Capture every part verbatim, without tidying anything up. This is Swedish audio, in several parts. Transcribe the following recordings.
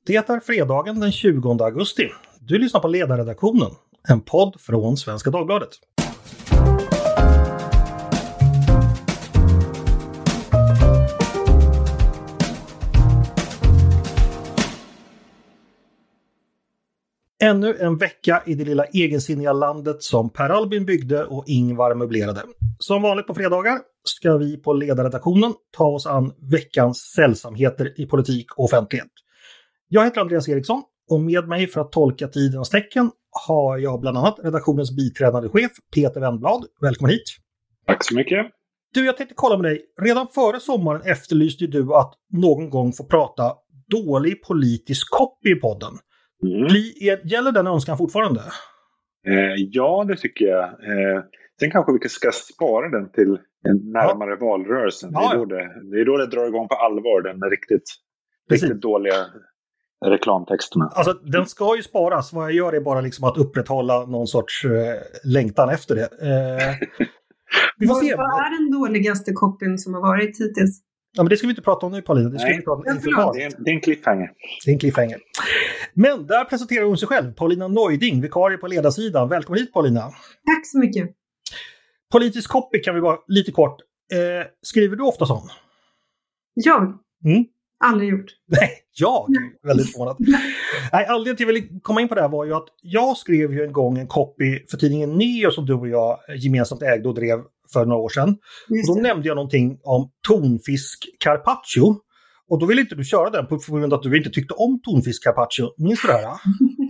Det är fredagen den tjugonde augusti. Du lyssnar på Ledarredaktionen, en podd från Svenska Dagbladet. Ännu en vecka i det lilla egensinniga landet som Per Albin byggde och Ingvar möblerade. Som vanligt på fredagar ska vi på Ledarredaktionen ta oss an veckans sällsamheter i politik och offentlighet. Jag heter Andreas Eriksson och med mig för att tolka tidens tecken har jag bland annat redaktionens biträdande chef Peter Wennblad. Välkommen hit. Tack så mycket. Du, jag tänkte kolla med dig. Redan före sommaren efterlyste du att någon gång få prata dålig politisk copy i podden. Mm. Gäller den önskan fortfarande? Eh, ja, det tycker jag. Eh, sen kanske vi ska spara den till en närmare ja. valrörelsen. Ja, ja. Det, är då det, det är då det drar igång på allvar, den riktigt, riktigt dåliga reklamtexterna. Alltså, den ska ju sparas. Vad jag gör är bara liksom att upprätthålla någon sorts eh, längtan efter det. Eh, vi får se. Vad är den dåligaste copyn som har varit hittills? Ja, men det ska vi inte prata om nu, Paulina. Det, ska Nej, vi prata om det, är en, det är en cliffhanger. Det är en cliffhanger. Men där presenterar hon sig själv. Paulina Neuding, vikarie på ledarsidan. Välkommen hit, Paulina. Tack så mycket. Politisk copy kan vi bara lite kort. Eh, skriver du ofta sån? Jag? Mm. Aldrig gjort. Nej, jag är väldigt förvånad. Nej, anledningen till att jag ville komma in på det här var ju att jag skrev ju en gång en copy för tidningen Neo som du och jag gemensamt ägde och drev för några år sedan. Och då nämnde jag någonting om tonfisk carpaccio. Och då ville inte du köra den på grund av att du inte tyckte om tonfisk carpaccio. Minns du det här?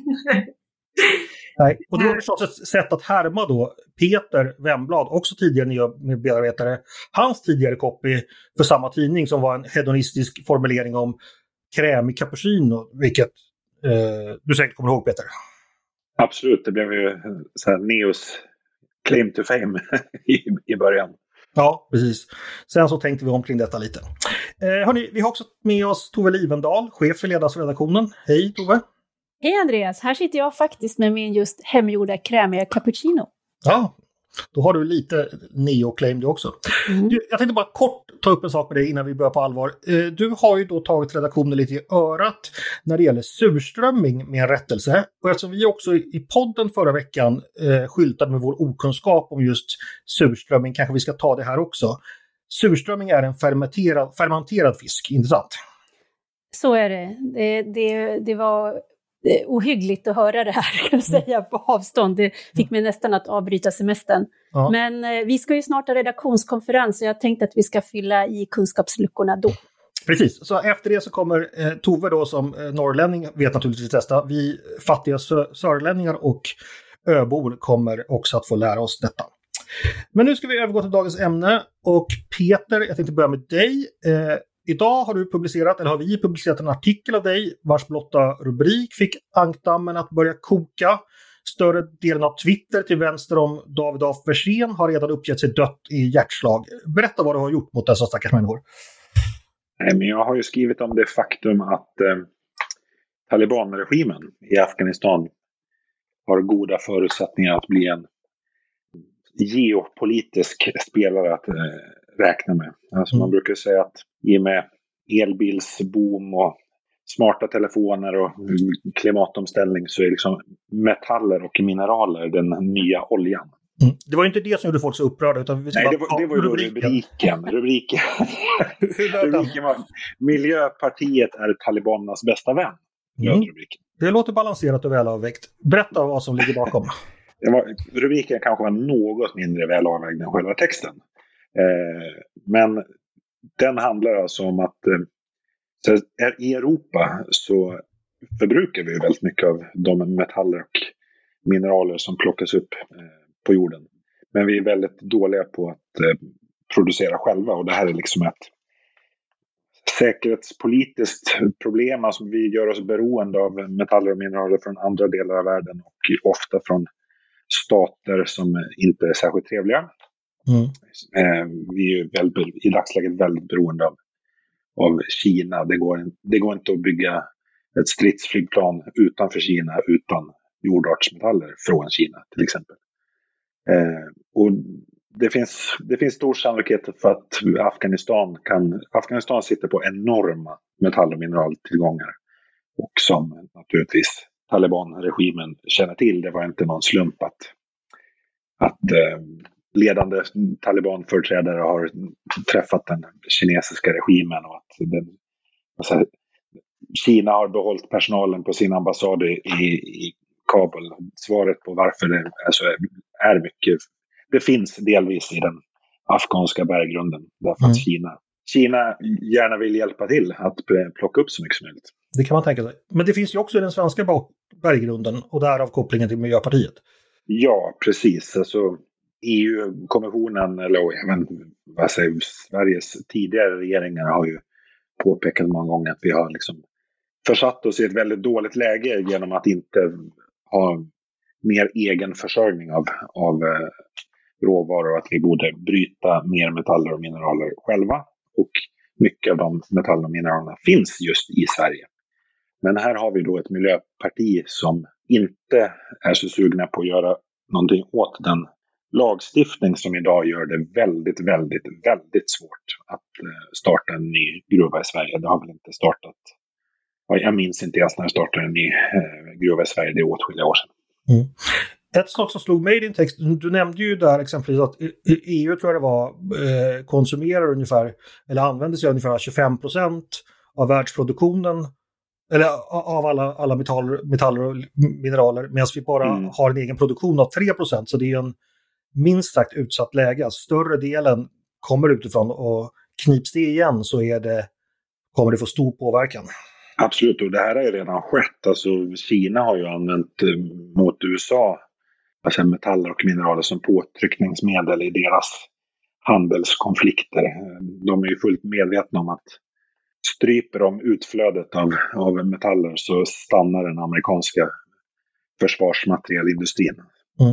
Nej. Och det var förstås ett sätt att härma då Peter Wennblad, också tidigare medarbetare, hans tidigare copy för samma tidning som var en hedonistisk formulering om krämig cappuccino, vilket eh, du säkert kommer ihåg, Peter. Absolut, det blev ju så här Neos claim to fame i, i början. Ja, precis. Sen så tänkte vi omkring detta lite. Eh, hörni, vi har också med oss Tove Livendal, chef för ledarredaktionen. Hej Tove! Hej Andreas, här sitter jag faktiskt med min just hemgjorda krämiga cappuccino. Ja, då har du lite neo-claim du också. Mm. Du, jag tänkte bara kort ta upp en sak med dig innan vi börjar på allvar. Eh, du har ju då tagit redaktionen lite i örat när det gäller surströmming med en rättelse. Och eftersom vi också i podden förra veckan eh, skyltade med vår okunskap om just surströmming, kanske vi ska ta det här också. Surströmming är en fermenterad, fermenterad fisk, inte sant? Så är det. Det, det, det var ohyggligt att höra det här, kan jag säga, på avstånd. Det fick mig nästan att avbryta semestern. Ja. Men eh, vi ska ju snart ha redaktionskonferens och jag tänkte att vi ska fylla i kunskapsluckorna då. Precis, så efter det så kommer eh, Tove då som eh, norrlänning vet naturligtvis testa. Vi fattiga sö- sörlänningar och öbor kommer också att få lära oss detta. Men nu ska vi övergå till dagens ämne och Peter, jag tänkte börja med dig. Eh, Idag har du publicerat, eller har vi publicerat en artikel av dig vars blotta rubrik fick ankdammen att börja koka. Större delen av Twitter till vänster om David af Versén har redan uppgett sig dött i hjärtslag. Berätta vad du har gjort mot dessa stackars människor. Nej, men jag har ju skrivit om det faktum att eh, Taliban-regimen i Afghanistan har goda förutsättningar att bli en geopolitisk spelare att eh, räkna med. Alltså mm. man brukar säga att i och med elbilsboom och smarta telefoner och klimatomställning så är liksom metaller och mineraler den nya oljan. Mm. Det var inte det som gjorde folk så upprörda. Utan vi Nej, det var, det var ju rubriken. Rubriken, rubriken. rubriken var Miljöpartiet är talibanernas bästa vän. Mm. Det låter balanserat och välavvägt. Berätta vad som ligger bakom. Det var, rubriken kanske var något mindre välavvägd än själva texten. Eh, men den handlar alltså om att eh, i Europa så förbrukar vi väldigt mycket av de metaller och mineraler som plockas upp eh, på jorden. Men vi är väldigt dåliga på att eh, producera själva och det här är liksom ett säkerhetspolitiskt problem. Alltså vi gör oss beroende av metaller och mineraler från andra delar av världen och ofta från stater som inte är särskilt trevliga. Mm. Eh, vi är ju väldigt, i dagsläget väldigt beroende av, av Kina. Det går, det går inte att bygga ett stridsflygplan utanför Kina utan jordartsmetaller från Kina till exempel. Eh, och det finns, det finns stor sannolikhet för att Afghanistan kan Afghanistan sitter på enorma metall- och mineraltillgångar. och som naturligtvis Taliban-regimen känner till. Det var inte någon slump att, att eh, ledande Taliban-företrädare har träffat den kinesiska regimen och att den, alltså, Kina har behållit personalen på sin ambassad i, i Kabul. Svaret på varför det alltså, är mycket, det finns delvis i den afghanska berggrunden därför att mm. Kina, Kina gärna vill hjälpa till att plocka upp så mycket som möjligt. Det kan man tänka sig. Men det finns ju också i den svenska berggrunden och därav kopplingen till Miljöpartiet. Ja, precis. Alltså E U-kommissionen eller även vad säger, Sveriges tidigare regeringar har ju påpekat många gånger att vi har liksom försatt oss i ett väldigt dåligt läge genom att inte ha mer egen försörjning av, av eh, råvaror och att vi borde bryta mer metaller och mineraler själva. Och mycket av de metaller och mineralerna finns just i Sverige. Men här har vi då ett miljöparti som inte är så sugna på att göra någonting åt den lagstiftning som idag gör det väldigt, väldigt, väldigt svårt att starta en ny gruva i Sverige. Det har väl inte startat, jag minns inte ens när det startade en ny gruva i Sverige, det är åtskilliga år sedan. Mm. Ett sak som slog mig i din text, du nämnde ju där exempelvis att E U tror jag det var konsumerar ungefär, eller använder sig ungefär tjugofem procent av världsproduktionen eller av alla, alla metaller, metaller och mineraler, medan vi bara mm. har en egen produktion av tre procent, så det är en minst sagt utsatt läge. Större delen kommer utifrån och knips det igen så är det, kommer det få stor påverkan. Absolut, och det här har ju redan skett. Alltså, Kina har ju använt eh, mot U S A alltså metaller och mineraler som påtryckningsmedel i deras handelskonflikter. De är ju fullt medvetna om att stryper de utflödet av, av metaller så stannar den amerikanska försvarsmaterielindustrin. Mm.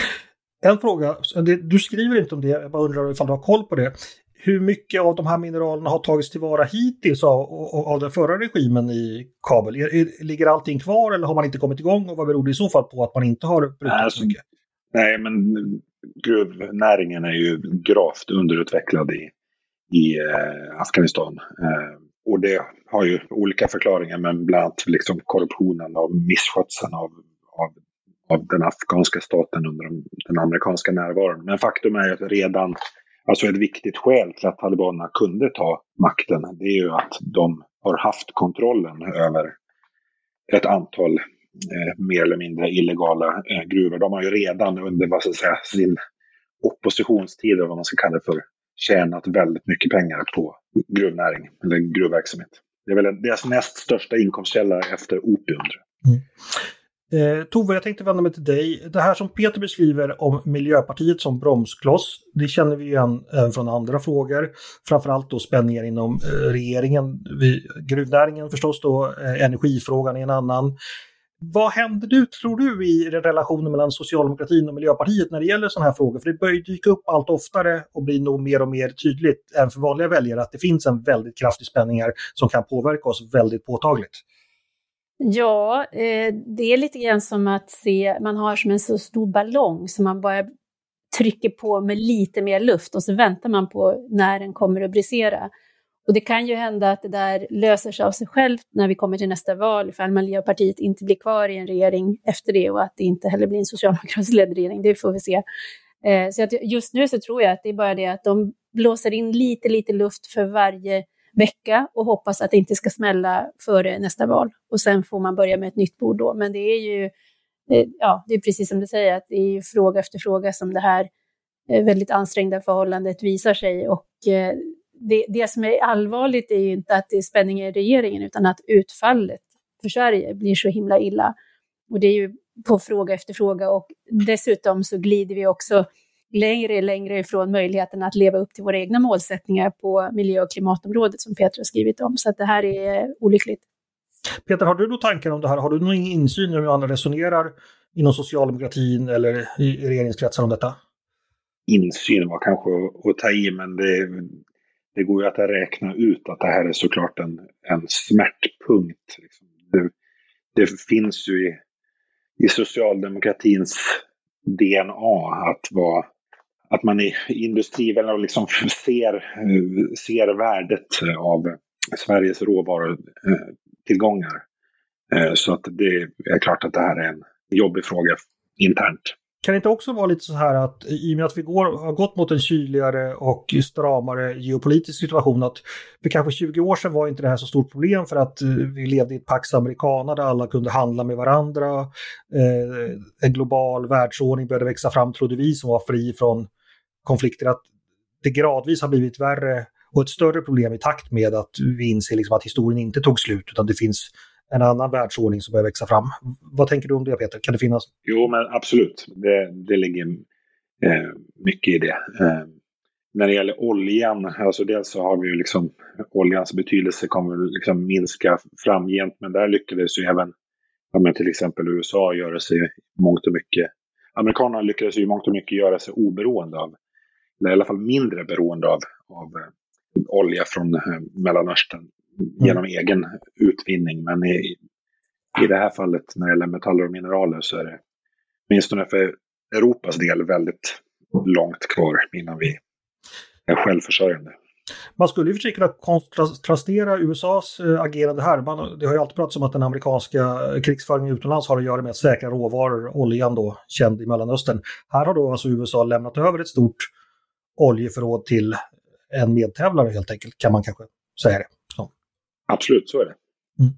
En fråga, du skriver inte om det, jag bara undrar ifall du har koll på det. Hur mycket av de här mineralerna har tagits tillvara hittills av, av den förra regimen i Kabul? Är, är, ligger allting kvar eller har man inte kommit igång? Och vad beror det i så fall på att man inte har brutit alltså, så mycket? Nej, men gruvnäringen är ju gravt underutvecklad i, i eh, Afghanistan. Eh, och det har ju olika förklaringar, men bland annat liksom korruptionen och misskötseln av, av, av den afghanska staten under de, den amerikanska närvaron. Men faktum är ju att redan alltså ett viktigt skäl till att talibanerna kunde ta makten, det är ju att de har haft kontrollen över ett antal eh, mer eller mindre illegala eh, gruvor. De har ju redan under vad ska jag säga, sin oppositionstid, eller vad man ska kalla det för, tjänat väldigt mycket pengar på gruvnäring eller gruvverksamhet. Det är väl deras näst största inkomstkälla efter opium. Mm. Eh, Tove, jag tänkte vända mig till dig. Det här som Peter beskriver om Miljöpartiet som bromskloss, det känner vi igen även från andra frågor. Framförallt då spänningar inom eh, regeringen, vi, gruvnäringen förstås då, eh, energifrågan är en annan. Vad händer du, tror du, i relationen mellan socialdemokratin och Miljöpartiet när det gäller sådana här frågor? För det börjar dyka upp allt oftare och blir nog mer och mer tydligt även för vanliga väljare att det finns en väldigt kraftig spänning här som kan påverka oss väldigt påtagligt. Ja, eh, det är lite grann som att se, man har som en så stor ballong som man bara trycker på med lite mer luft och så väntar man på när den kommer att brisera. Och det kan ju hända att det där löser sig av sig självt när vi kommer till nästa val, ifall Miljöpartiet inte blir kvar i en regering efter det och att det inte heller blir en socialdemokratisk ledd regering, det får vi se. Eh, så att just nu så tror jag att det är bara det att de blåser in lite, lite luft för varje vecka och hoppas att det inte ska smälla före nästa val. Och sen får man börja med ett nytt bord då. Men det är ju, ja, det är precis som du säger, att det är ju fråga efter fråga som det här väldigt ansträngda förhållandet visar sig. Och det, det som är allvarligt är ju inte att det är spänning i regeringen utan att utfallet för Sverige blir så himla illa. Och det är ju på fråga efter fråga och dessutom så glider vi också längre längre ifrån möjligheten att leva upp till våra egna målsättningar på miljö- och klimatområdet som Peter har skrivit om. Så att det här är olyckligt. Peter, har du några tankar om det här? Har du någon insyn i hur andra resonerar inom socialdemokratin eller i regeringskretsar om detta? Insyn var kanske att ta i, men det, det går ju att räkna ut att det här är såklart en, en smärtpunkt. Det, det finns ju i, i socialdemokratins D N A att vara att man i industrivänner liksom ser, ser värdet av Sveriges råvarutillgångar. Så att det är klart att det här är en jobbig fråga internt. Kan det inte också vara lite så här att i och med att vi går, har gått mot en kyligare och stramare geopolitisk situation, att för kanske tjugo år sedan var inte det här så stort problem för att vi levde i ett Pax Americana där alla kunde handla med varandra. Eh, en global världsordning började växa fram, trodde vi, som var fri från konflikter. Att det gradvis har blivit värre och ett större problem i takt med att vi inser liksom att historien inte tog slut, utan det finns en annan världsordning som börjar växa fram. Vad tänker du om det, Peter? Kan det finnas? Jo, men absolut. Det, det ligger eh, mycket i det. Eh, när det gäller oljan, alltså dels så har vi ju liksom oljans betydelse kommer liksom minska framgent, men där lyckades ju även ja, men till exempel U S A göra sig mångt och mycket. Amerikanerna lyckades ju mångt och mycket göra sig oberoende av, eller i alla fall mindre beroende av, av eh, olja från eh, Mellanöstern genom mm. egen utvinning. Men i, i det här fallet när det gäller metaller och mineraler så är det åtminstone för Europas del väldigt långt kvar innan vi är självförsörjande. Man skulle ju för sig kunna kontrastera U S A:s agerande här. Man, det har ju alltid pratats om att den amerikanska krigsföringen utomlands har att göra med att säkra råvaror, oljan då, känd i Mellanöstern. Här har då alltså U S A lämnat över ett stort oljeförråd till en medtävlare helt enkelt, kan man kanske säga det. Så. Absolut, så är det. Mm.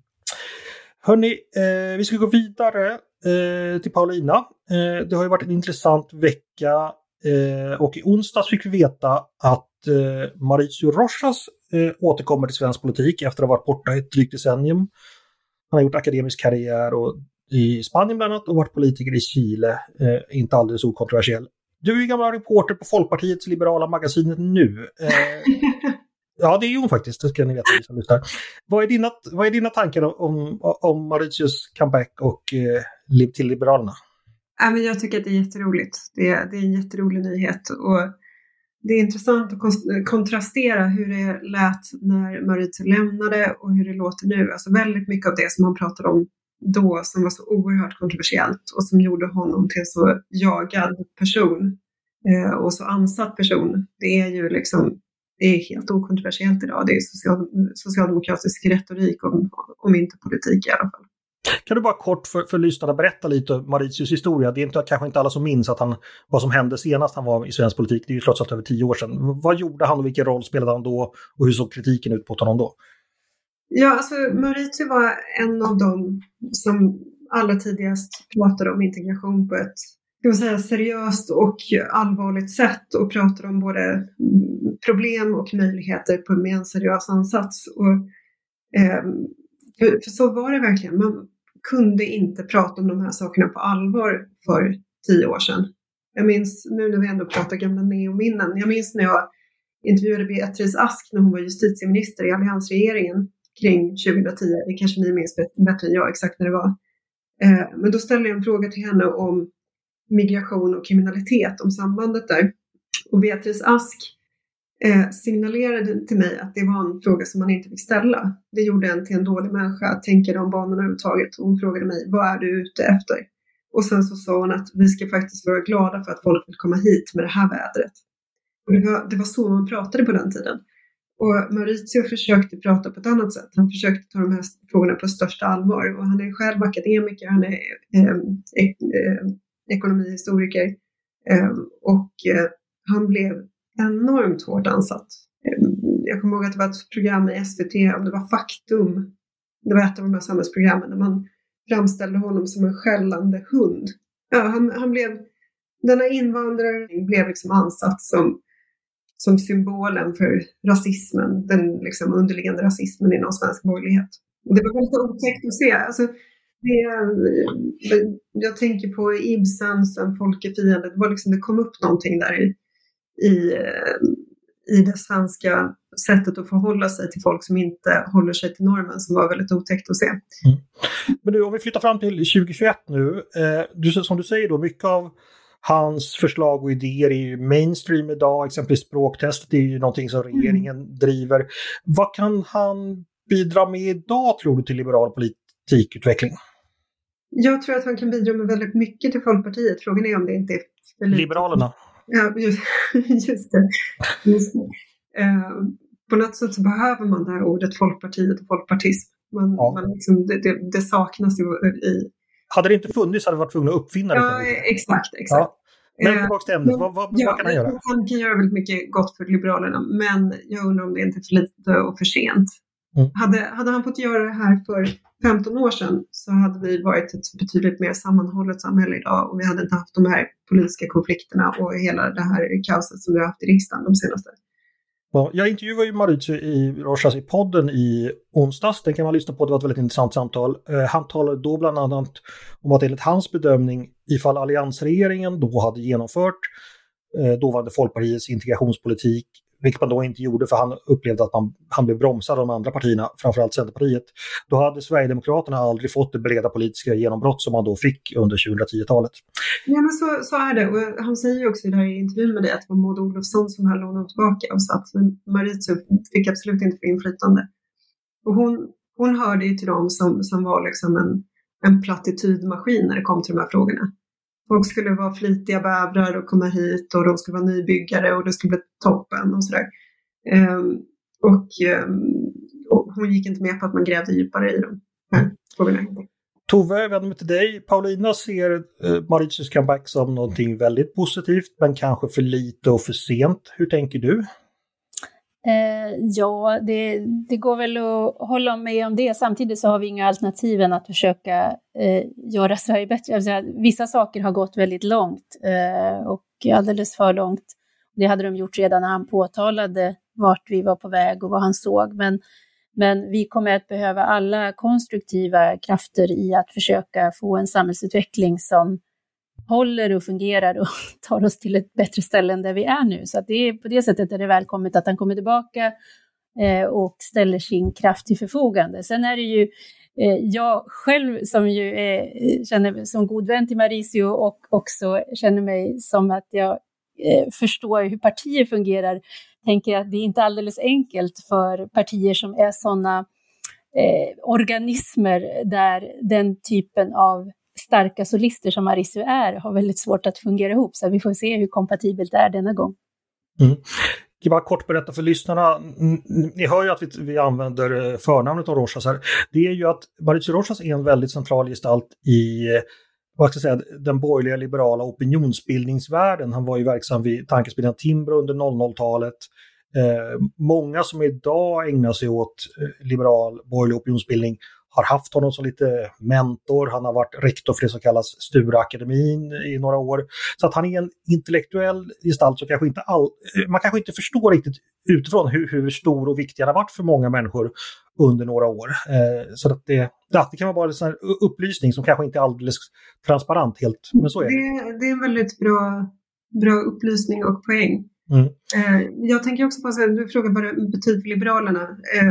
Hörrni, eh, vi ska gå vidare eh, till Paulina. Eh, det har ju varit en intressant vecka eh, och i onsdags fick vi veta att eh, Mauricio Rojas eh, återkommer till svensk politik efter att ha varit borta i ett drygt decennium. Han har gjort akademisk karriär och, i Spanien bland annat och varit politiker i Chile, eh, inte alldeles okontroversiell. Du är ju gammal reporter på Folkpartiets liberala magasinet Nu. Eh, Ja, det är ju hon faktiskt, det ska ni veta. Som vad, är dina, vad är dina tankar om, om Mauricios comeback och eh, till Liberalerna? Ja, men jag tycker att det är jätteroligt. Det är, det är en jätterolig nyhet. Och det är intressant att kontrastera hur det lät när Mauricio lämnade och hur det låter nu. Alltså väldigt mycket av det som han pratade om då som var så oerhört kontroversiellt och som gjorde honom till en så jagad person eh, och så ansatt person. Det är ju liksom det är helt okontroversiellt idag. Det är social, socialdemokratisk retorik om, om inte politik i alla fall. Kan du bara kort för, för lyssnarna berätta lite om Mauricios historia? Det är inte, kanske inte alla som minns att han, vad som hände senast han var i svensk politik. Det är ju trots allt över tio år sedan. Vad gjorde han och vilken roll spelade han då? Och hur såg kritiken ut på honom då? Ja, alltså Mauricio var en av dem som allra tidigast pratade om integration på ett ska man säga, seriöst och allvarligt sätt och pratar om både problem och möjligheter på med en seriös ansats. Och, eh, för, för så var det verkligen. Man kunde inte prata om de här sakerna på allvar för tio år sedan. Jag minns nu när vi ändå pratar gamla neominnen. Jag minns när jag intervjuade Beatrice Ask när hon var justitieminister i alliansregeringen kring tjugohundratio. Det kanske ni minns bättre än jag exakt när det var. Eh, men då ställde jag en fråga till henne om migration och kriminalitet, om sambandet där. Och Beatrice Ask eh, signalerade till mig att det var en fråga som man inte fick ställa. Det gjorde en till en dålig människa att tänka de banorna överhuvudtaget. Och hon frågade mig, vad är du ute efter? Och sen så sa hon att vi ska faktiskt vara glada för att folk vill komma hit med det här vädret. Och det var, det var så man pratade på den tiden. Och Mauricio försökte prata på ett annat sätt. Han försökte ta de här frågorna på största allvar. Och han är själv akademiker, han är eh, eh, ekonomihistoriker eh, och eh, han blev enormt hårt ansatt. Eh, jag kommer ihåg att det var ett program i S V T, om det var Faktum, det var ett av de här samhällsprogrammen där man framställde honom som en skällande hund. Ja, han, han blev, denna invandrare blev liksom ansatt som, som symbolen för rasismen, den liksom underliggande rasismen inom svensk borgerlighet. Och det var väldigt otäckt att se. Alltså, Det, jag tänker på Ibsens En folkefiende. Det var liksom, det kom upp någonting där i, i, i det svenska sättet att förhålla sig till folk som inte håller sig till normen, som var väldigt otäckt att se. Mm. Men du, om vi flyttar fram till tjugohundratjugoett nu, eh, du, som du säger då, mycket av hans förslag och idéer är ju mainstream idag, exempelvis språktestet är ju någonting som regeringen mm. driver. Vad kan han bidra med idag, tror du, till liberal politikutveckling? Jag tror att han kan bidra med väldigt mycket till Folkpartiet. Frågan är om det inte är för lite. Liberalerna. Ja, just, just det. Just det. Uh, på något sätt så behöver man det här ordet Folkpartiet och folkpartism. Man, ja. man liksom, det, det, det saknas ju i... Hade det inte funnits hade det varit tvungna att uppfinna det. Ja, exakt, exakt. Ja. Men tillbaka till ämnet, vad, vad, ja, vad kan han göra? Han kan göra väldigt mycket gott för Liberalerna, men jag undrar om det inte är för lite och för sent. Mm. Hade, hade han fått göra det här för femton år sedan så hade vi varit ett betydligt mer sammanhållet samhälle idag och vi hade inte haft de här politiska konflikterna och hela det här kaoset som vi har haft i riksdagen de senaste. Ja, jag intervjuade ju Mauricio i Rojas i podden i onsdags. Den kan man lyssna på, det var ett väldigt intressant samtal. Han talade då bland annat om att enligt hans bedömning, ifall alliansregeringen då hade genomfört dåvarande Folkpartiets integrationspolitik, vilket man då inte gjorde för han upplevde att man, han blev bromsad av de andra partierna, framförallt Centerpartiet. Då hade Sverigedemokraterna aldrig fått det breda politiska genombrott som man då fick under tjugohundratio-talet. Ja, men så, så är det. Och han säger ju också i den här intervjun med dig att det var Maud Olofsson som höll honom tillbaka och sa att Mauricio fick absolut inte få inflytande. Och hon, hon hörde ju till dem som, som var liksom en, en plattitydmaskin när det kom till de här frågorna. Folk skulle vara flitiga bävrar och komma hit och de skulle vara nybyggare och det skulle bli toppen och sådär. Um, och, um, och hon gick inte med på att man grävde djupare i de här frågorna. Tove, jag vänder mig till dig. Paulina ser eh, Mauricios comeback som någonting väldigt positivt men kanske för lite och för sent. Hur tänker du? Eh, ja, det, det går väl att hålla med om det. Samtidigt så har vi inga alternativ än att försöka eh, göra Sverige bättre. Jag vill säga, vissa saker har gått väldigt långt eh, och alldeles för långt. Det hade de gjort redan när han påtalade vart vi var på väg och vad han såg. Men, men vi kommer att behöva alla konstruktiva krafter i att försöka få en samhällsutveckling som håller och fungerar och tar oss till ett bättre ställe än där vi är nu. Så att det är, på det sättet är det välkommet att han kommer tillbaka eh, och ställer sin kraft till förfogande. Sen är det ju eh, jag själv som ju eh, känner mig som god vän till Mauricio och också känner mig som att jag eh, förstår hur partier fungerar. Tänker att det är inte alldeles enkelt för partier som är sådana eh, organismer där den typen av starka solister som Mauricio är har väldigt svårt att fungera ihop. Så vi får se hur kompatibelt det är denna gång. Mm. Jag kan bara kort berätta för lyssnarna. Ni hör ju att vi, vi använder förnamnet av Rojas här. Det är ju att Mauricio Rojas är en väldigt central gestalt i vad ska jag säga, den borgerliga liberala opinionsbildningsvärlden. Han var ju verksam vid tankesmedjan Timbro under noll noll-talet. Eh, många som idag ägnar sig åt eh, liberal borgerlig opinionsbildning har haft honom som lite mentor. Han har varit rektor för det som kallas Stureakademin i några år. Så att han är en intellektuell gestalt som kanske inte all, man kanske inte förstår riktigt utifrån hur, hur stor och viktig han har varit för många människor under några år. Eh, så att det, det kan vara bara en sån här upplysning som kanske inte är alldeles transparent helt. Men så är det. Det, det är en väldigt bra, bra upplysning och poäng. Mm. Eh, jag tänker också på, du frågar vad det betyder för Liberalerna. Eh,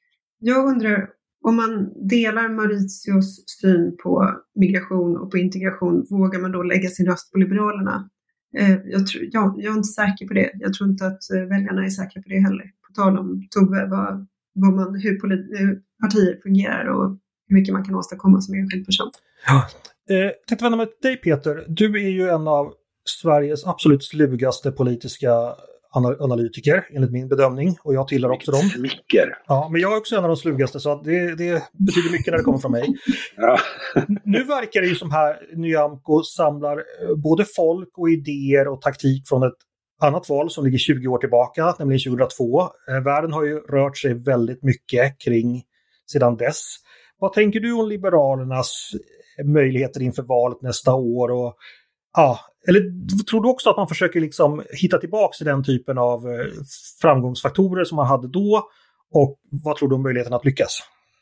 jag undrar om man delar Mauricios syn på migration och på integration, vågar man då lägga sin röst på Liberalerna? Eh, jag, tror, ja, jag är inte säker på det. Jag tror inte att väljarna är säkra på det heller. På tal om Tove, vad, vad man, hur, polit, hur partier fungerar och hur mycket man kan åstadkomma som enskild person. Ja. Eh, jag tänkte vända mig till dig, Peter. Du är ju en av Sveriges absolut slugaste politiska analytiker, enligt min bedömning. Och jag tillhör också dem. Smicker. Ja, men jag är också en av de slugaste, så det, det betyder mycket när det kommer från mig. Ja. Nu verkar det ju som här Nyamko samlar både folk och idéer och taktik från ett annat val som ligger tjugo år tillbaka, nämligen tjugohundratvå. Världen har ju rört sig väldigt mycket kring sedan dess. Vad tänker du om Liberalernas möjligheter inför valet nästa år? Och ja, eller tror du också att man försöker liksom hitta tillbaka till den typen av framgångsfaktorer som man hade då? Och vad tror du om möjligheten att lyckas?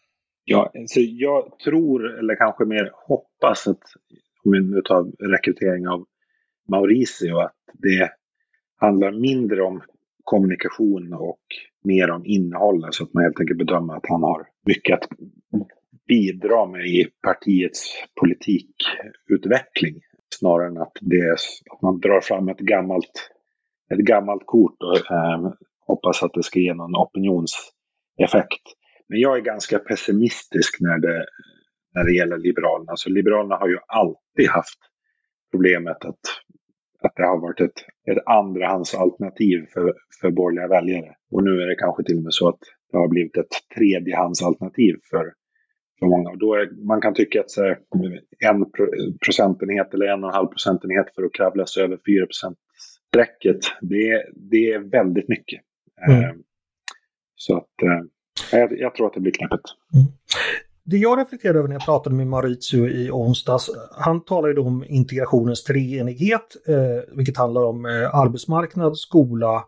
Ja, så jag tror, eller kanske mer hoppas, att om vi nu tar rekrytering av Mauricio, att det handlar mindre om kommunikation och mer om innehåll. Så att man helt enkelt bedömer att han har mycket att bidra med i partiets politikutveckling. Snarare än att, det är, att man drar fram ett gammalt, ett gammalt kort och eh, hoppas att det ska ge någon opinionseffekt. Men jag är ganska pessimistisk när det, när det gäller Liberalerna. Så Liberalerna har ju alltid haft problemet att, att det har varit ett, ett andrahandsalternativ för, för borgerliga väljare. Och nu är det kanske till och med så att det har blivit ett tredjehandsalternativ för för många. Och då är, man kan tycka att så här, en procentenhet eller en och en halv procentenhet för att kravlas över fyra procent strecket, det, det är väldigt mycket. Mm. Eh, så att eh, jag, jag tror att det blir knäppet. Mm. Det jag reflekterade över när jag pratade med Maurizio i onsdags, han talade ju om integrationens treenighet, eh, vilket handlar om eh, arbetsmarknad, skola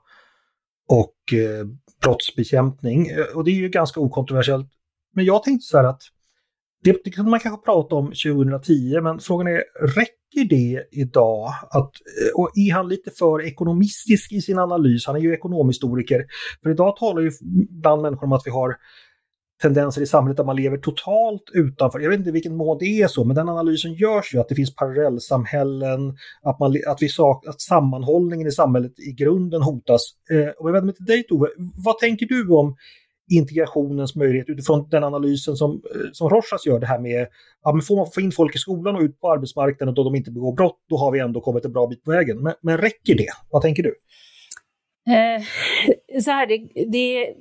och eh, brottsbekämpning. Och det är ju ganska okontroversiellt. Men jag tänkte så här att det, det kan man kanske prata om tjugohundratio, men frågan är, räcker det idag? Att, och är han lite för ekonomistisk i sin analys? Han är ju ekonomhistoriker. För idag talar ju bland människor om att vi har tendenser i samhället där man lever totalt utanför. Jag vet inte vilken mån det är så, men den analysen görs ju att det finns parallellsamhällen, att, man, att, vi sak, att sammanhållningen i samhället i grunden hotas. Eh, och jag vänder mig till dig, Tove. Vad tänker du om integrationens möjlighet utifrån den analysen som, som Rojas gör, det här med ja, men får man få in folk i skolan och ut på arbetsmarknaden då de inte begår brott, då har vi ändå kommit en bra bit på vägen. Men, men räcker det? Vad tänker du? Eh, så här, det, det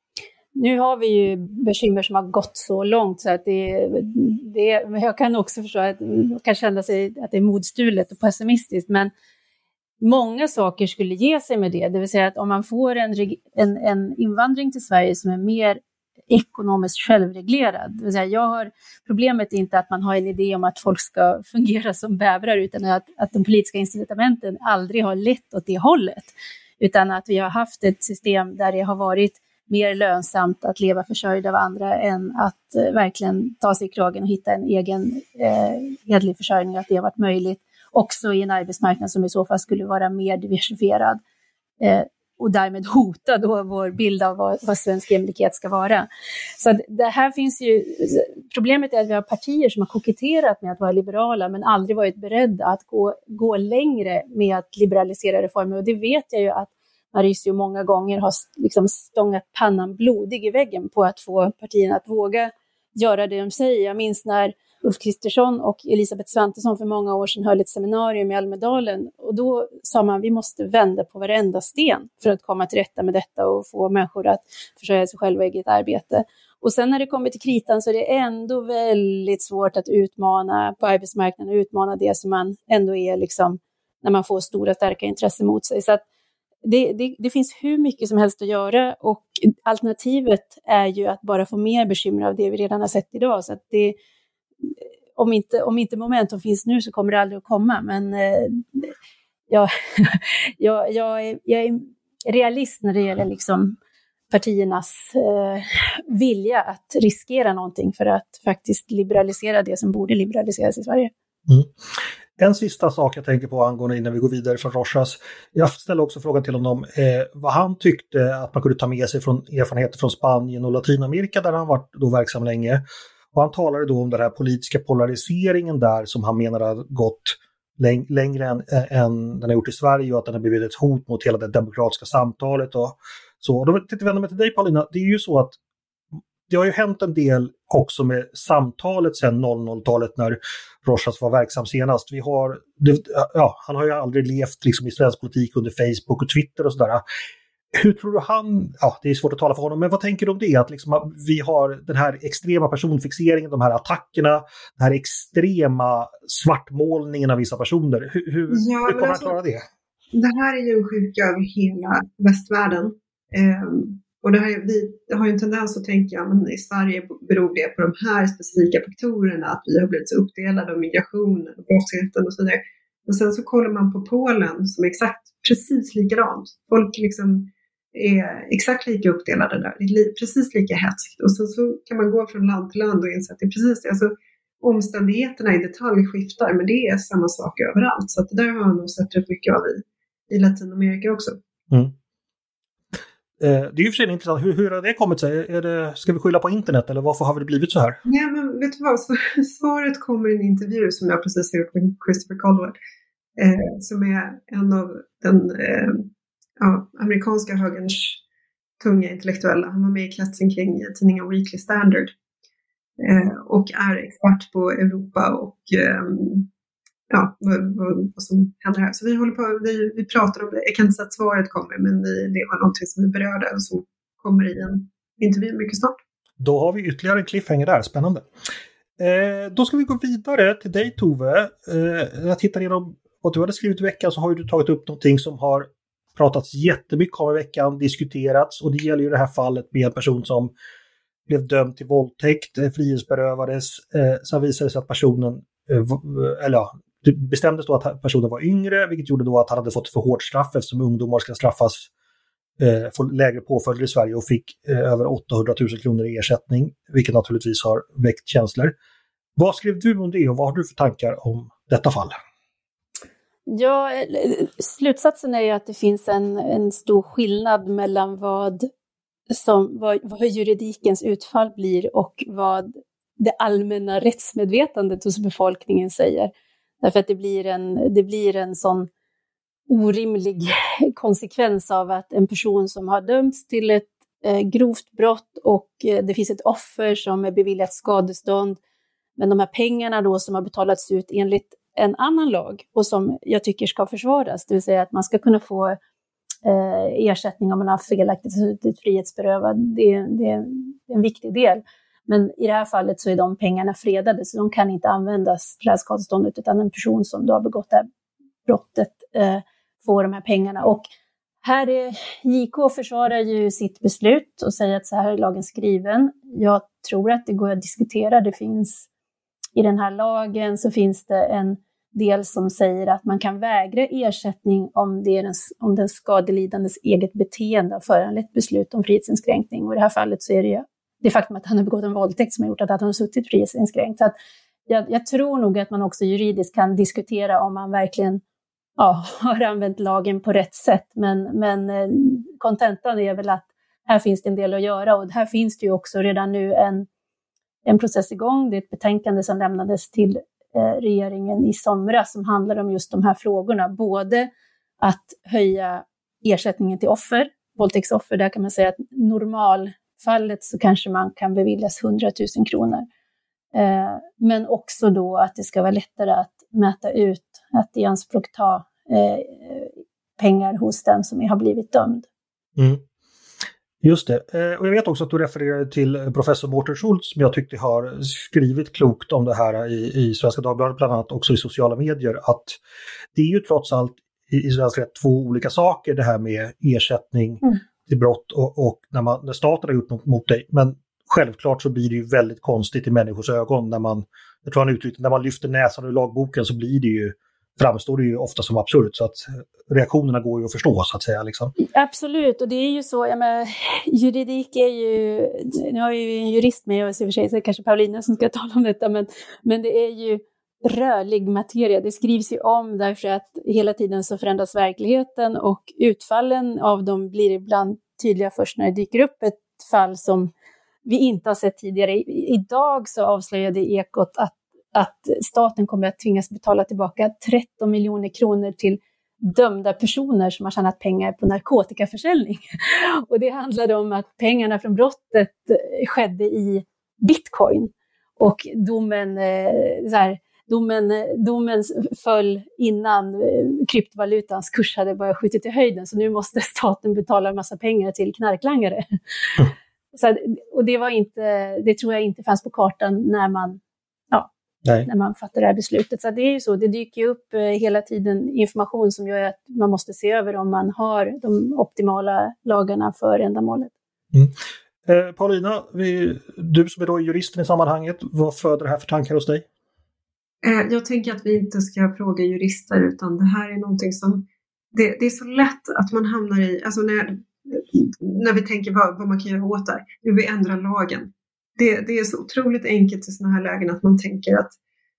nu har vi ju bekymmer som har gått så långt så att det, det men jag kan också förstå att man kan känna sig att det är modstulet och pessimistiskt, men många saker skulle ge sig med det. Det vill säga att om man får en, en, en invandring till Sverige som är mer ekonomiskt självreglerad. Det vill säga jag har, problemet är inte att man har en idé om att folk ska fungera som bävrar, utan att, att de politiska incitamenten aldrig har lett åt det hållet. Utan att vi har haft ett system där det har varit mer lönsamt att leva försörjd av andra än att eh, verkligen ta sig i kragen och hitta en egen eh, hedlig försörjning, att det har varit möjligt. Också i en arbetsmarknad som i så fall skulle vara mer diversifierad eh, och därmed hota då vår bild av vad, vad svensk jämlikhet ska vara. Så det här finns ju, problemet är att vi har partier som har koketterat med att vara liberala men aldrig varit beredda att gå, gå längre med att liberalisera reformer. Och det vet jag ju att Maurizio många gånger har liksom stångat pannan blodig i väggen på att få partierna att våga göra det de säger. Jag minns när Ulf Kristersson och Elisabeth Svantesson för många år sedan höll ett seminarium i Almedalen, och då sa man vi måste vända på varenda sten för att komma till rätta med detta och få människor att försörja sig själva i eget arbete. Och sen när det kommer till kritan så är det ändå väldigt svårt att utmana på arbetsmarknaden och utmana det som man ändå är liksom när man får stora starka intressen mot sig. Så att det, det, det finns hur mycket som helst att göra, och alternativet är ju att bara få mer bekymmer av det vi redan har sett idag. Så att det Om inte, om inte momentum finns nu så kommer det aldrig att komma. Men eh, jag, jag, jag, är, jag är realist när det gäller liksom partiernas eh, vilja att riskera någonting för att faktiskt liberalisera det som borde liberaliseras i Sverige. Mm. En sista sak jag tänker på angående innan vi går vidare från Rojas. Jag ställde också frågan till honom eh, vad han tyckte att man kunde ta med sig från erfarenheter från Spanien och Latinamerika där han varit då verksam länge. Och han talade då om den här politiska polariseringen där som han menar har gått läng- längre än, äh, än den har gjort i Sverige, och att den har blivit ett hot mot hela det demokratiska samtalet. Och så. Och då tänkte jag vända mig till dig, Paulina. Det är ju så att det har ju hänt en del också med samtalet sedan noll noll-talet när Rojas var verksam senast. Vi har, det, ja, han har ju aldrig levt liksom i svensk politik under Facebook och Twitter och sådär. Hur tror du han, ja det är svårt att tala för honom, men vad tänker du om det? Att liksom vi har den här extrema personfixeringen, de här attackerna, den här extrema svartmålningen av vissa personer. Hur, hur, ja, hur kommer han alltså, klara det? Det här är ju en sjuka över hela västvärlden. Um, och det, här, vi har ju en tendens att tänka att i Sverige beror det på de här specifika faktorerna, att vi har blivit så uppdelade av migrationen och brottsligheten och så vidare. Och sen så kollar man på Polen som är exakt precis likadant. Folk liksom är exakt lika uppdelade där. Det är precis lika hetsigt. Och sen så kan man gå från land till land och inse att det är precis det. Alltså, omständigheterna i detalj skiftar, men det är samma sak överallt. Så att det där har jag nog sett rätt mycket av i, i Latinamerika också. Mm. Eh, det är ju för sig intressant. Hur, hur har det kommit sig? Är det, ska vi skylla på internet eller varför har det blivit så här? Nej, men vet du vad? Så, svaret kommer i en intervju som jag precis har gjort med Christopher Caldwell. Eh, som är en av den eh, ja, amerikanska högerns tunga intellektuella. Han var med i kretsen kring tidningen Weekly Standard eh, och är expert på Europa och eh, ja, vad, vad, vad som händer här. Så vi håller på, vi, vi pratar om det. Jag kan inte säga att svaret kommer, men vi, det var någonting som vi berörde och som kommer i en intervju mycket snart. Då har vi ytterligare en cliffhanger där, spännande. Eh, då ska vi gå vidare till dig, Tove. Eh, jag tittar igenom vad du hade skrivit i veckan, så har du tagit upp någonting som har pratats jättemycket om i veckan, diskuterats, och det gäller ju det här fallet med en person som blev dömd till våldtäkt, eh, frihetsberövades. Eh, sen visade det sig att personen, eh, eller ja, det bestämdes då att personen var yngre, vilket gjorde då att han hade fått för hårt straff, eftersom ungdomar ska straffas, eh, få lägre påföljder i Sverige, och fick eh, över åttahundratusen kronor i ersättning, vilket naturligtvis har väckt känslor. Vad skrev du om det och vad har du för tankar om detta fall? Ja, slutsatsen är ju att det finns en, en stor skillnad mellan vad, som, vad, vad juridikens utfall blir och vad det allmänna rättsmedvetandet hos befolkningen säger. Därför att det blir en, det blir en sån orimlig konsekvens av att en person som har dömts till ett eh, grovt brott och eh, det finns ett offer som är beviljat skadestånd, men de här pengarna då som har betalats ut enligt en annan lag och som jag tycker ska försvaras, det vill säga att man ska kunna få eh, ersättning om man har felaktigt suttit frihetsberövad, det, det, det är en viktig del. Men i det här fallet så är de pengarna fredade, så de kan inte användas för det här skadeståndet, utan en person som då har begått det här brottet eh, får de här pengarna. Och här är J K försvarar ju sitt beslut och säger att så här är lagen skriven. Jag tror att det går att diskutera. Det finns i den här lagen så finns det en del som säger att man kan vägra ersättning om, det är den, om den skadelidandes eget beteende har föranlett beslut om frihetsinskränkning. Och i det här fallet så är det ju det faktum att han har begått en våldtäkt som har gjort att han har suttit frihetsinskränkt. Så att jag, jag tror nog att man också juridiskt kan diskutera om man verkligen ja, har använt lagen på rätt sätt. Men, men kontentan är väl att här finns det en del att göra, och här finns det ju också redan nu en, en process igång. Det är ett betänkande som lämnades till eh, regeringen i somras som handlar om just de här frågorna. Både att höja ersättningen till offer, våldtäktsoffer, där kan man säga att normalfallet så kanske man kan beviljas hundratusen kronor. Eh, men också då att det ska vara lättare att mäta ut, att i anspråk ta eh, pengar hos den som har blivit dömd. Mm. Just det. Eh, och jag vet också att du refererade till professor Mårten Schultz, som jag tyckte har skrivit klokt om det här i, i Svenska Dagbladet, bland annat också i sociala medier, att det är ju trots allt i, i svenska rätt två olika saker, det här med ersättning mm. till brott och, och när, man, när staten har gjort något mot dig. Men självklart så blir det ju väldigt konstigt i människors ögon när man, jag tror han uttryckte, när man lyfter näsan ur lagboken så blir det ju, framstår det ju ofta som absurt, så att reaktionerna går ju att förstå så att säga. Liksom. Absolut, och det är ju så, jag menar, juridik är ju, nu har ju en jurist med oss i och för sig, så det är kanske Paulina som ska tala om detta, men, men det är ju rörlig materia, det skrivs ju om därför att hela tiden så förändras verkligheten och utfallen av dem blir ibland tydliga först när det dyker upp ett fall som vi inte har sett tidigare. I, idag så avslöjade Ekot att, att staten kommer att tvingas betala tillbaka tretton miljoner kronor till dömda personer som har tjänat pengar på narkotikaförsäljning. Och det handlade om att pengarna från brottet skedde i bitcoin. Och domen, så här, domen, domen föll innan kryptovalutans kurs hade bara skjutit i höjden. Så nu måste staten betala en massa pengar till knarklangare. Mm. Så, och det var inte, det tror jag inte fanns på kartan när man, ja, när man fattade det här beslutet. Så det är ju så, det dyker ju upp eh, hela tiden information som gör att man måste se över om man har de optimala lagarna för ändamålet. Mm. Eh, Paulina, vi, du som är då juristen i sammanhanget, vad föder det här för tankar hos dig? Eh, jag tänker att vi inte ska fråga jurister, utan det här är någonting som, det, det är så lätt att man hamnar i, alltså när när vi tänker vad, vad man kan göra åt det. Nu vi ändrar lagen. Det, det är så otroligt enkelt i såna här lägen att man tänker att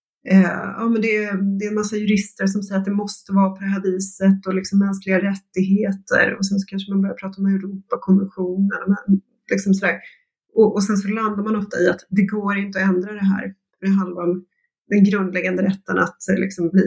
eh, ja, men det, är, det är en massa jurister som säger att det måste vara på det här viset och liksom mänskliga rättigheter, och sen så kanske man börjar prata om Europakonventionen liksom sådär. Och, och sen så landar man ofta i att det går inte att ändra det här. Det handlar om den grundläggande rätten att liksom bli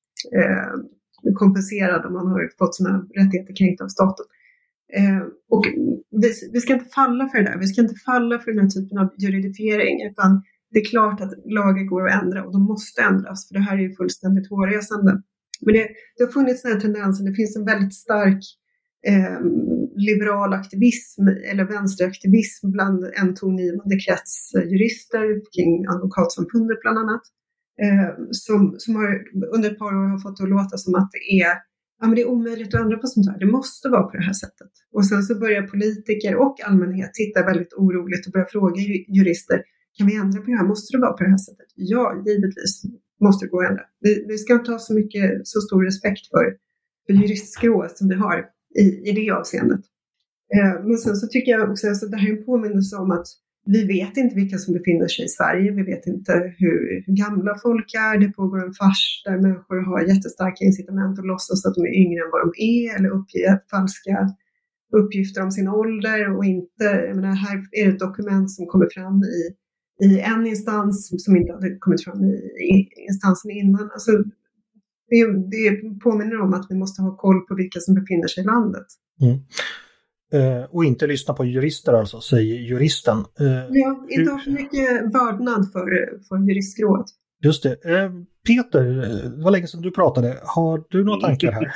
eh, kompenserad om man har fått sina rättigheter kränkta av staten. Eh, och vi, vi ska inte falla för det där. Vi ska inte falla för den här typen av juridifiering, utan det är klart att lagar går att ändra och de måste ändras, för det här är ju fullständigt hårresande. Men det, det har funnits den här tendensen, det finns en väldigt stark eh, liberal aktivism eller vänsteraktivism bland en tongivande krets jurister kring advokatsamfundet bland annat. Eh, som, som har under ett par år har fått att låta som att det är, ja, men det är omöjligt att ändra på sånt här. Det måste vara på det här sättet. Och sen så börjar politiker och allmänhet titta väldigt oroligt och börja fråga jurister, kan vi ändra på det här? Måste det vara på det här sättet? Ja, givetvis måste det gå att ändra. Vi, vi ska inte ha så mycket, så stor respekt för, för juristskrået som vi har i, i det avseendet. Eh, men sen så tycker jag också att alltså, det här är en påminnelse om att vi vet inte vilka som befinner sig i Sverige. Vi vet inte hur, hur gamla folk är. Det pågår en fars där människor har jättestarka incitament att låtsas att de är yngre än vad de är. Eller uppge falska uppgifter om sin ålder. Och inte, jag menar, här är det ett dokument som kommer fram i, i en instans som inte hade kommit fram i, i instansen innan. Alltså, det, det påminner om att vi måste ha koll på vilka som befinner sig i landet. Mm. Uh, och inte lyssna på jurister alltså, säger juristen. Uh, ja, inte ha för mycket vördnad för, för juristskrået. Just det. Uh, Peter, det var länge sedan du pratade. Har du några tankar här?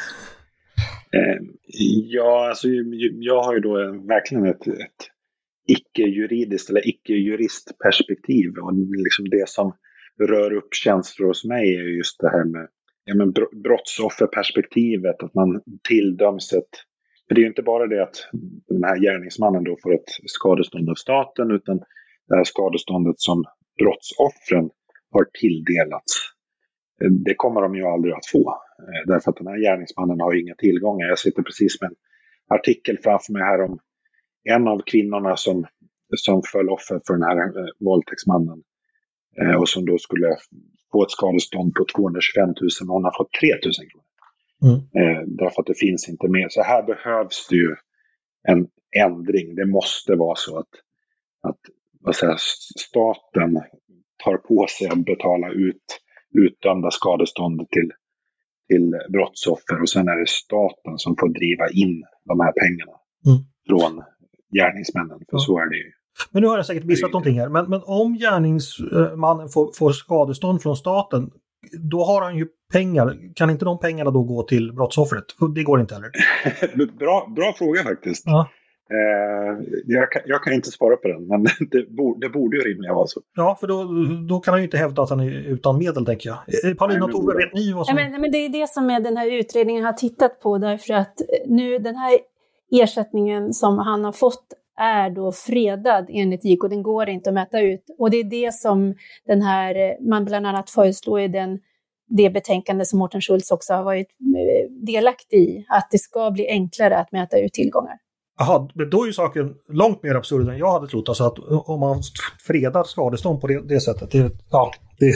uh, ja, alltså jag har ju då verkligen ett, ett icke-juridiskt eller icke-juristperspektiv. Och liksom det som rör upp känslor hos mig är just det här med ja, men brottsofferperspektivet. Att man tilldöms ett. För det är ju inte bara det att den här gärningsmannen då får ett skadestånd av staten, utan det här skadeståndet som brottsoffren har tilldelats. Det kommer de ju aldrig att få. Därför att den här gärningsmannen har inga tillgångar. Jag sitter precis med en artikel framför mig här om en av kvinnorna som, som föll offer för den här eh, våldtäktsmannen. Eh, och som då skulle få ett skadestånd på tvåhundratjugofem tusen och hon har fått tre tusen kronor. Mm. Eh, därför att det finns inte mer. Så här behövs det ju en ändring. Det måste vara så att, att vad säger, staten tar på sig att betala ut utdömda skadestånd till, till brottsoffer. Och sen är det staten som får driva in de här pengarna mm. från gärningsmännen. För ja. Så är det ju. Men nu har jag säkert missat någonting här. Men, men om gärningsmannen får, får skadestånd från staten, då har han ju pengar. Kan inte de pengarna då gå till brottsoffret? Det går inte heller. bra, bra fråga faktiskt. Ja. Eh, jag, kan, jag kan inte svara på den, men det, bo, det borde ju rimligen vara så. Ja, för då, då kan han ju inte hävda att han är utan medel, tänker jag. Paulina och Tove, vet ni vad som... Ja, men, men det är det som är den här utredningen har tittat på, därför att nu den här ersättningen som han har fått är då fredad enligt J K. Den går inte att mäta ut. Och det är det som den här, man bland annat föreslår i den, det betänkande som Mårten Schultz också har varit delaktig i. Att det ska bli enklare att mäta ut tillgångar. Jaha, men då är ju saken långt mer absurd än jag hade trott. Alltså att om man fredar skadestånd på det, det sättet. Det, ja, det...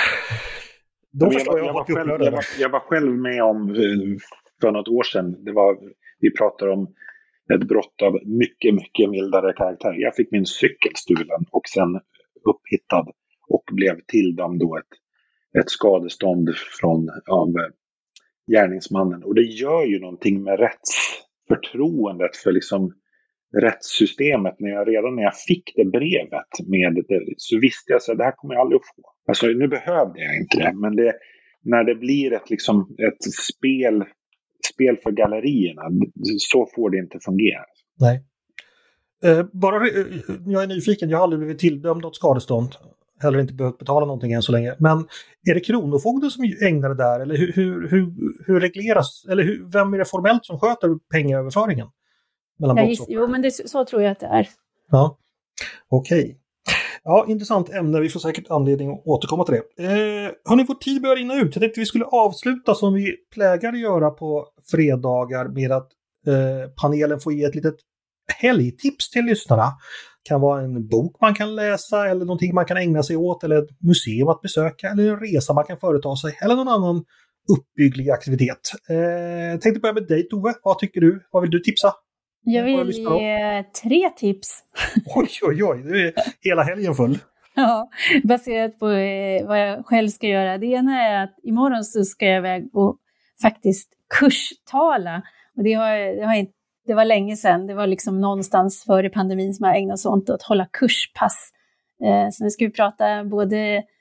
då jag, förstår jag, jag, var själv, jag, var, jag var själv med om för något år sedan. Det var, vi pratar om ett brott av mycket, mycket mildare karaktär. Jag fick min cykel stulen och sen upphittad och blev tilldömd då ett, ett skadestånd från av gärningsmannen. Och det gör ju någonting med rättsförtroendet för liksom rättssystemet. När jag redan när jag fick det brevet med det, så visste jag att det här kommer jag aldrig att få. Alltså nu behövde jag inte det, men det, när det blir ett, liksom, ett spel spel för gallerierna, så får det inte fungera. Nej. Eh, bara, jag är nyfiken, jag har aldrig blivit tilldömd åt skadestånd. Heller inte behövt betala någonting än så länge. Men är det kronofogden som ägnar det där? Eller hur, hur, hur, hur regleras, eller hur, vem är det formellt som sköter pengaöverföringen? Mellan ja, just, jo, men det, så tror jag att det är. Ja, okej. Okay. Ja, intressant ämne. Vi får säkert anledning att återkomma till det. Eh, hörni, vår tid börjar rinna ut. Jag tänkte vi skulle avsluta som vi plägar göra på fredagar med att eh, panelen får ge ett litet helgtips till lyssnarna. Det kan vara en bok man kan läsa eller någonting man kan ägna sig åt eller ett museum att besöka eller en resa man kan företa sig eller någon annan uppbygglig aktivitet. Eh, tänkte börja med dig, Tove. Vad tycker du? Vad vill du tipsa? Jag vill ge tre tips. Oj, oj, oj. Du är hela helgen full. Ja, baserat på eh, vad jag själv ska göra. Det ena är att imorgon så ska jag iväg och faktiskt kurstala. Och det, har, det, har inte, det var länge sedan. Det var liksom någonstans före pandemin som jag ägnade sånt att hålla kurspass. Eh, så nu ska vi prata både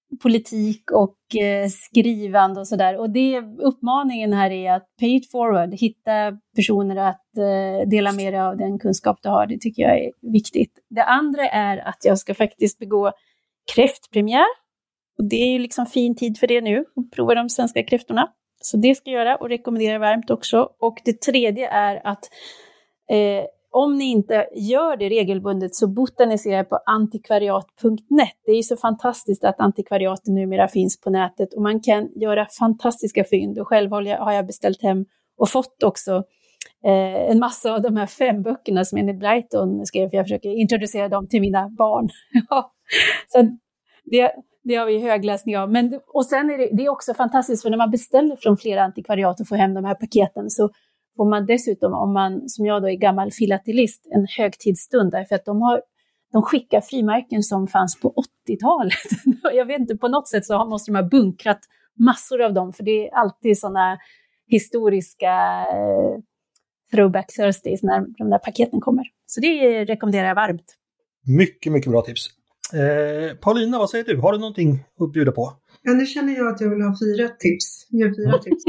politik och eh, skrivande och sådär. Och det, uppmaningen här är att pay it forward, hitta personer att eh, dela med dig av den kunskap du har. Det tycker jag är viktigt. Det andra är att jag ska faktiskt begå kräftpremiär. Och det är ju liksom fin tid för det nu, att prova de svenska kräftorna. Så det ska jag göra och rekommendera varmt också. Och det tredje är att eh, om ni inte gör det regelbundet så botanisera på antikvariat punkt net. Det är ju så fantastiskt att antikvariaten numera finns på nätet och man kan göra fantastiska fynd. Och själv har jag beställt hem och fått också eh, en massa av de här fem böckerna som Enid Blyton skrev, för jag försöker introducera dem till mina barn. Så det, det har vi högläsning av. Men, och sen är det, det är också fantastiskt, för när man beställer från flera antikvariat och får hem de här paketen så får man dessutom, om man som jag då är gammal filatelist, en högtidsstund, därför att de, har, de skickar frimärken som fanns på åttiotalet. Jag vet inte, på något sätt så måste de ha bunkrat massor av dem, för det är alltid sådana historiska eh, throwback Thursdays när de där paketen kommer. Så det rekommenderar jag varmt. Mycket, mycket bra tips. Eh, Paulina, vad säger du? Har du någonting att bjuda på? Ja, nu känner jag att jag vill ha fyra tips. Ge fyra tips.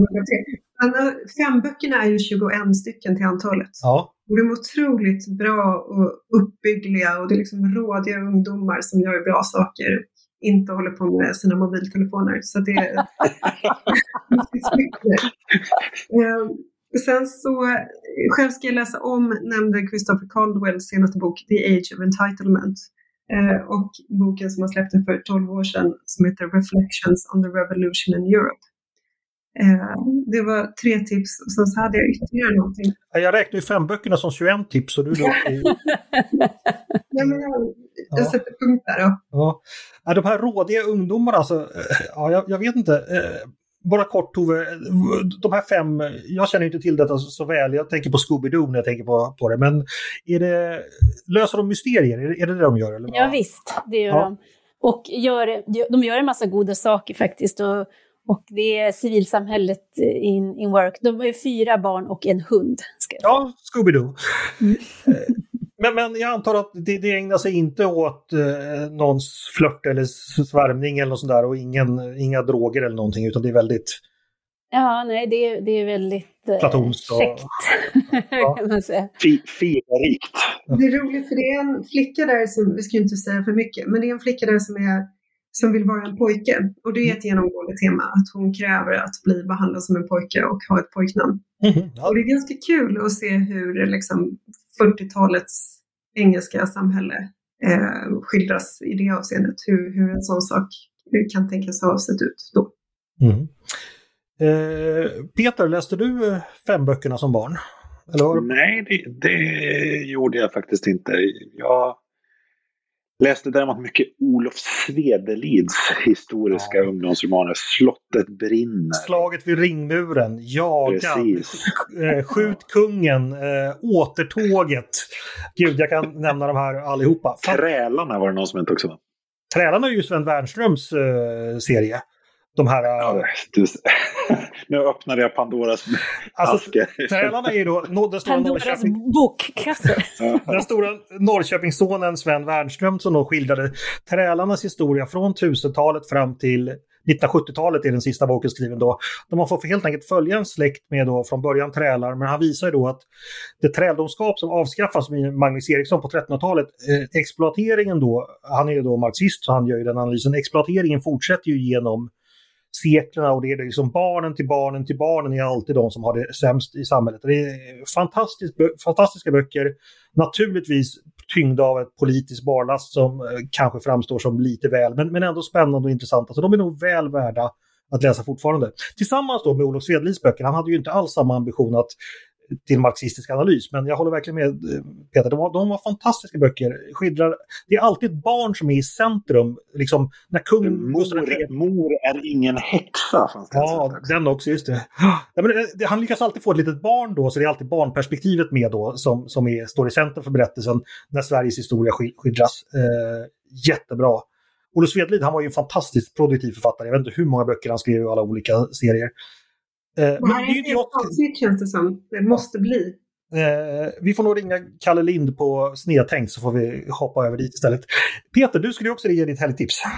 Fem böckerna är ju tjugoett stycken till antalet. Ja. Och de är otroligt bra och uppbyggliga. Och det är liksom rådiga ungdomar som gör bra saker. Inte håller på med sina mobiltelefoner. Så det är... Sen så, själv ska jag läsa om, nämnde Christopher Caldwells senaste bok The Age of Entitlement. Eh, och boken som han släppte för tolv år sedan som heter Reflections on the Revolution in Europe. Eh, det var tre tips och sen så hade jag ytterligare någonting. Jag räknar ju fem böckerna som tjugoett tips och du då är... Ja, men jag, jag ja. sätter punkt där då. Ja. Ja, de här rådiga ungdomarna, alltså, ja, jag, jag vet inte... Eh, bara kort Tove, de här fem, jag känner inte till detta så, så väl, jag tänker på Scooby-Doo när jag tänker på, på det, men är det, löser de mysterier? Är det är det, det de gör? Eller? Ja visst, det gör ja. de. Och gör, de gör en massa goda saker faktiskt, och, och det är civilsamhället in, in work. De är fyra barn och en hund. Ska jag säga. Ja, Scooby-Doo. Mm. Men, men jag antar att det, det ägnar sig inte åt eh, någons flört eller svärmning eller något sånt där, och ingen, inga droger eller någonting, utan det är väldigt... Ja, nej, det, det är väldigt eh, platonskt och... käckt, ja. kan man säga. Fibrikt. Det är roligt, för det är en flicka där som, vi ska inte säga för mycket, men det är en flicka där som, är, som vill vara en pojke. Och det är ett genomgående tema, att hon kräver att bli behandlad som en pojke och ha ett pojknamn. Mm, ja. Och det är ganska kul att se hur liksom fyrtiotalets engelska samhälle eh, skildras i det avseendet. Hur, hur en sån sak kan tänkas ha sett ut då. Mm. Eh, Peter, läste du fem böckerna som barn? Eller var det... Nej, det, det gjorde jag faktiskt inte. Jag läste däremot mycket Olof Svedelids historiska ja. ungdomsromaner. Slottet brinner. Slaget vid ringmuren. Jagan. Skjut kungen. Äh, återtåget. Gud, jag kan nämna de här allihopa. Trälarna var det någon som inte också var. Trälarna är ju Sven Wernströms äh, serie. De här... Ja, du, nu öppnade jag Pandoras alltså, aske. Trälarna är ju då... No, den stora Pandoras Norrköping... bokkasse. Den stora Norrköpingssonen Sven Wernström som då skildrade trälarnas historia från tusentalet fram till nittonhundrasjuttiotalet är den sista boken skriven då. Där man får helt enkelt följa en släkt med då från början trälar, men han visar ju då att det träldomskap som avskaffas med Magnus Eriksson på trettonhundratalet, eh, exploateringen då, han är ju då marxist så han gör ju den analysen, exploateringen fortsätter ju genom seklerna, och det är liksom barnen till barnen till barnen är alltid de som har det sämst i samhället. Det är fantastiskt, fantastiska böcker, naturligtvis tyngda av ett politiskt barlast som eh, kanske framstår som lite väl, men, men ändå spännande och intressanta. Så de är nog väl värda att läsa fortfarande. Tillsammans då med Olof Svedelids böcker, han hade ju inte alls samma ambition att till marxistisk analys, men jag håller verkligen med Peter, de var, de var fantastiska böcker, skildrar, det är alltid ett barn som är i centrum, liksom när kung mor, mor är ingen häxa. Ja, den också, just det. Ja, men det, han lyckas alltid få ett litet barn då, så det är alltid barnperspektivet med då, som, som är, står i centrum för berättelsen när Sveriges historia skildras. Eh, jättebra. Olof Svedlid, han var ju en fantastiskt produktiv författare, jag vet inte hur många böcker han skrev i alla olika serier. Det här men är inte jag... avsnitt, känns det som. Det måste bli. Eh, vi får nog ringa Kalle Lind på Snedtänk så får vi hoppa över dit istället. Peter, du skulle ju också ge ditt helgtips.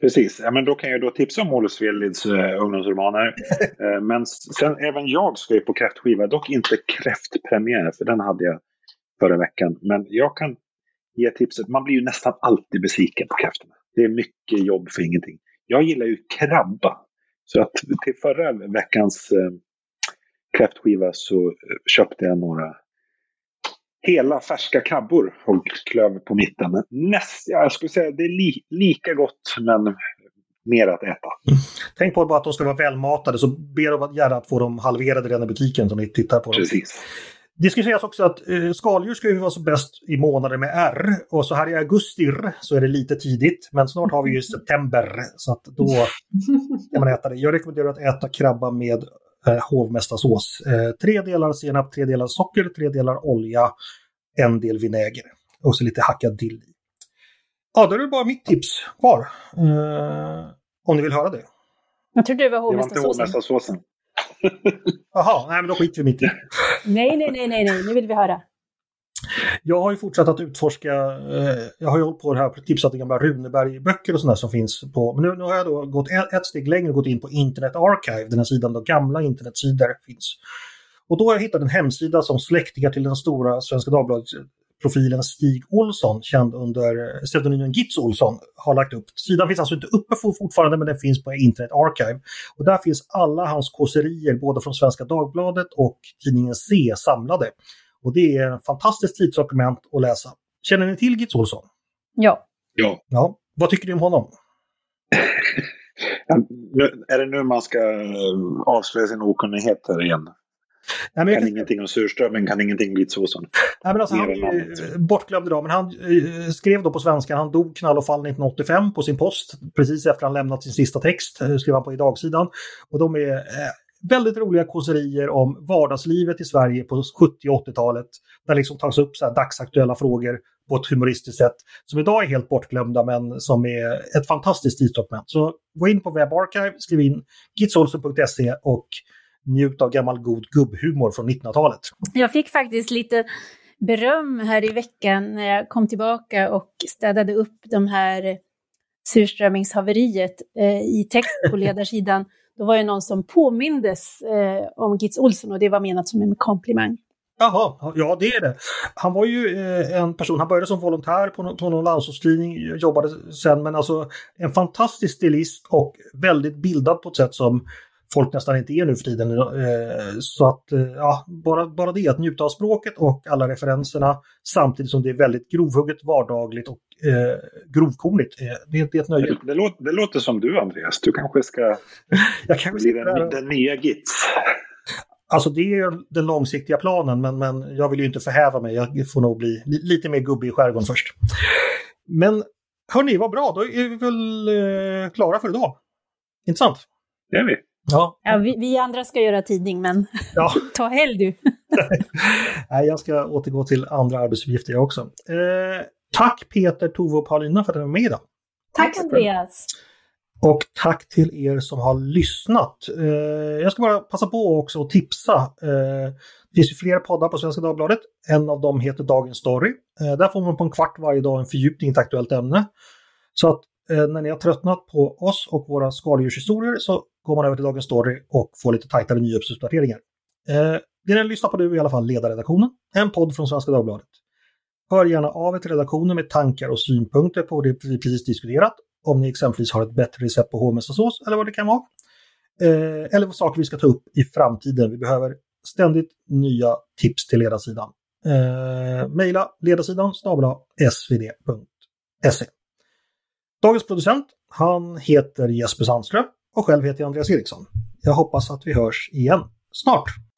Precis, ja, men då kan jag då tipsa om Olle Svedlids uh, ungdomsromaner. uh, men sen även jag ska ju på kräftskiva, dock inte kräftpremiär, för den hade jag förra veckan. Men jag kan ge tipset, man blir ju nästan alltid besviken på kräftorna. Det är mycket jobb för ingenting. Jag gillar ju krabba. Så att till förra veckans uh, kräftskiva så uh, köpte jag några hela färska krabbor och klöv på mitten. Näst, jag skulle säga det är li, lika gott, men mer att äta. Tänk på bara att de ska vara välmatade, så ber de gärna att få dem halverade redan i butiken som ni tittar på. Precis. Det ska sägas också att eh, skaldjur ska ju vara så bäst i månader med R. Och så här i augusti så är det lite tidigt. Men snart har vi ju september. Så att då kan man äta det. Jag rekommenderar att äta krabba med eh, hovmästarsås. Eh, tre delar senap, tre delar socker, tre delar olja, en del vinäger. Och så lite hackad dill i. Ja, då är det bara mitt tips kvar. Eh, om ni vill höra det. Jag trodde det var hovmästarsåsen. Det var inte hovmästarsåsen. Jaha, nej men då skiter vi mitt i. nej, nej, nej, nej, nej, nu vill vi höra. Jag har ju fortsatt att utforska, eh, jag har ju hållit på det här, tipsat i gamla Runeberg-böcker och sådär som finns på, men nu, nu har jag då gått ett, ett steg längre och gått in på Internet Archive, den här sidan där gamla internetsidor finns. Och då har jag hittat en hemsida som släktingar till den stora Svenska Dagbladet-profilen Stig Olsson, känd under pseudonymen Gitz Olsson, har lagt upp. Sidan finns alltså inte uppe fortfarande, men den finns på Internet Archive. Och där finns alla hans kåserier, både från Svenska Dagbladet och tidningen C, samlade. Och det är ett fantastiskt tidsdokument att läsa. Känner ni till Gitz Olsson? Ja. Ja. Ja. Vad tycker ni om honom? ja, nu, är det nu man ska avslöja sin okunnighet här igen? Nej, men kan, kan ingenting om surströmming, kan ingenting om Gitz Olsson. Nej, men alltså, han är bortglömd idag, men han eh, skrev då på svenska. Han dog knall och fall nittonhundraåttiofem på sin post. Precis efter han lämnat sin sista text, eh, skrev han på idagsidan. Och de är eh, väldigt roliga kåserier om vardagslivet i Sverige på sjuttio- och åttiotalet. Där liksom tas upp så här dagsaktuella frågor på ett humoristiskt sätt. Som idag är helt bortglömda, men som är ett fantastiskt tidsdokument. Så gå in på Webarchive, skriv in gitz olsson punkt se och njut av gammal god gubbhumor från nittonhundratalet. Jag fick faktiskt lite beröm här i veckan när jag kom tillbaka och städade upp de här surströmmingshaveriet eh, i text på ledarsidan. Då var det någon som påmindes eh, om Gitz Olsson och det var menat som en komplimang. Jaha, ja det är det. Han var ju eh, en person, han började som volontär på, på någon landsortstidning, jobbade sen, men alltså en fantastisk stilist och väldigt bildad på ett sätt som folk nästan inte är nu för tiden. Eh, så att, eh, ja, bara, bara det att njuta av språket och alla referenserna samtidigt som det är väldigt grovhugget, vardagligt och eh, grovkornigt. Eh, det, det är ett nöje. Det, det, låter, det låter som du, Andreas. Du kanske ska jag kanske bli den, den nya Gitz. Alltså det är den långsiktiga planen, men, men jag vill ju inte förhäva mig. Jag får nog bli li, lite mer gubbig i skärgården först. Men hörni, vad bra. Då är vi väl eh, klara för idag. Intressant. Det är vi. Ja. Ja, vi, vi andra ska göra tidning, men ja. ta helg du. Nej, jag ska återgå till andra arbetsuppgifter jag också. Eh, tack Peter, Tove och Paulina för att ni var med idag. Tack Andreas. Och tack till er som har lyssnat. Eh, jag ska bara passa på också att tipsa. Eh, det finns ju fler poddar på Svenska Dagbladet. En av dem heter Dagens Story. Eh, där får man på en kvart varje dag en fördjupning i ett aktuellt ämne. Så att eh, när ni har tröttnat på oss och våra skaldjurshistorier så går man över till Dagens Story och får lite tajtare nyhetsuppdateringar. Eh, det ni lyssnar på nu är i alla fall Ledarredaktionen. En podd från Svenska Dagbladet. Hör gärna av er till redaktionen med tankar och synpunkter på det vi precis diskuterat. Om ni exempelvis har ett bättre recept på hovmästarsås eller vad det kan vara. Eh, eller vad saker vi ska ta upp i framtiden. Vi behöver ständigt nya tips till ledarsidan. Eh, maila ledarsidan snabel-a s v d punkt se. Dagens producent, han heter Jesper Sandström och själv heter jag Andreas Eriksson. Jag hoppas att vi hörs igen snart.